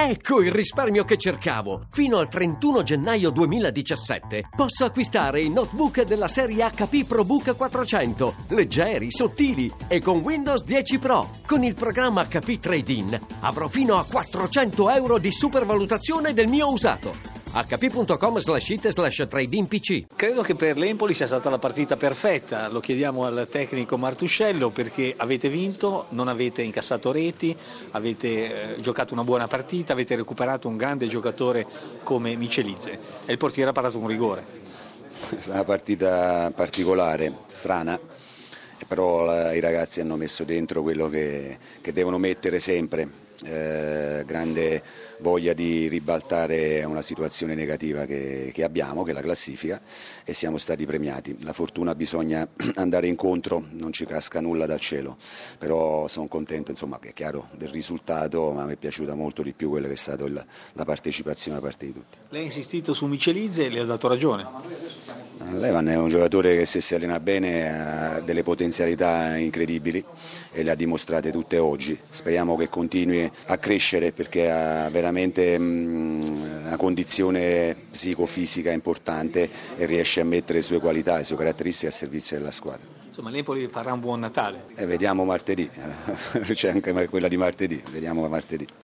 Ecco il risparmio che cercavo! Fino al 31 gennaio 2017 posso acquistare i notebook della serie HP ProBook 400, leggeri, sottili e con Windows 10 Pro. Con il programma HP Trade-in avrò fino a 400 euro di supervalutazione del mio usato. hp.com/it/trade-in-pc. Credo che per l'Empoli sia stata la partita perfetta, lo chiediamo al tecnico Martuscello, perché avete vinto, non avete incassato reti, avete giocato una buona partita, avete recuperato un grande giocatore come Michelidze e il portiere ha parato un rigore. È una partita particolare, strana, però i ragazzi hanno messo dentro quello che devono mettere sempre. Grande voglia di ribaltare una situazione negativa che abbiamo, che è la classifica, e siamo stati premiati. La fortuna bisogna andare incontro, non ci casca nulla dal cielo, però sono contento, insomma, che è chiaro del risultato, ma mi è piaciuta molto di più quella che è stata la partecipazione da parte di tutti. Lei ha insistito su Michelidze e le ha dato ragione. Levan è un giocatore che, se si allena bene, ha delle potenzialità incredibili e le ha dimostrate tutte oggi. Speriamo che continui a crescere, perché ha veramente una condizione psicofisica importante e riesce a mettere le sue qualità e le sue caratteristiche al servizio della squadra. Insomma, l'Empoli farà un buon Natale. Vediamo martedì, c'è anche quella di martedì, vediamo martedì.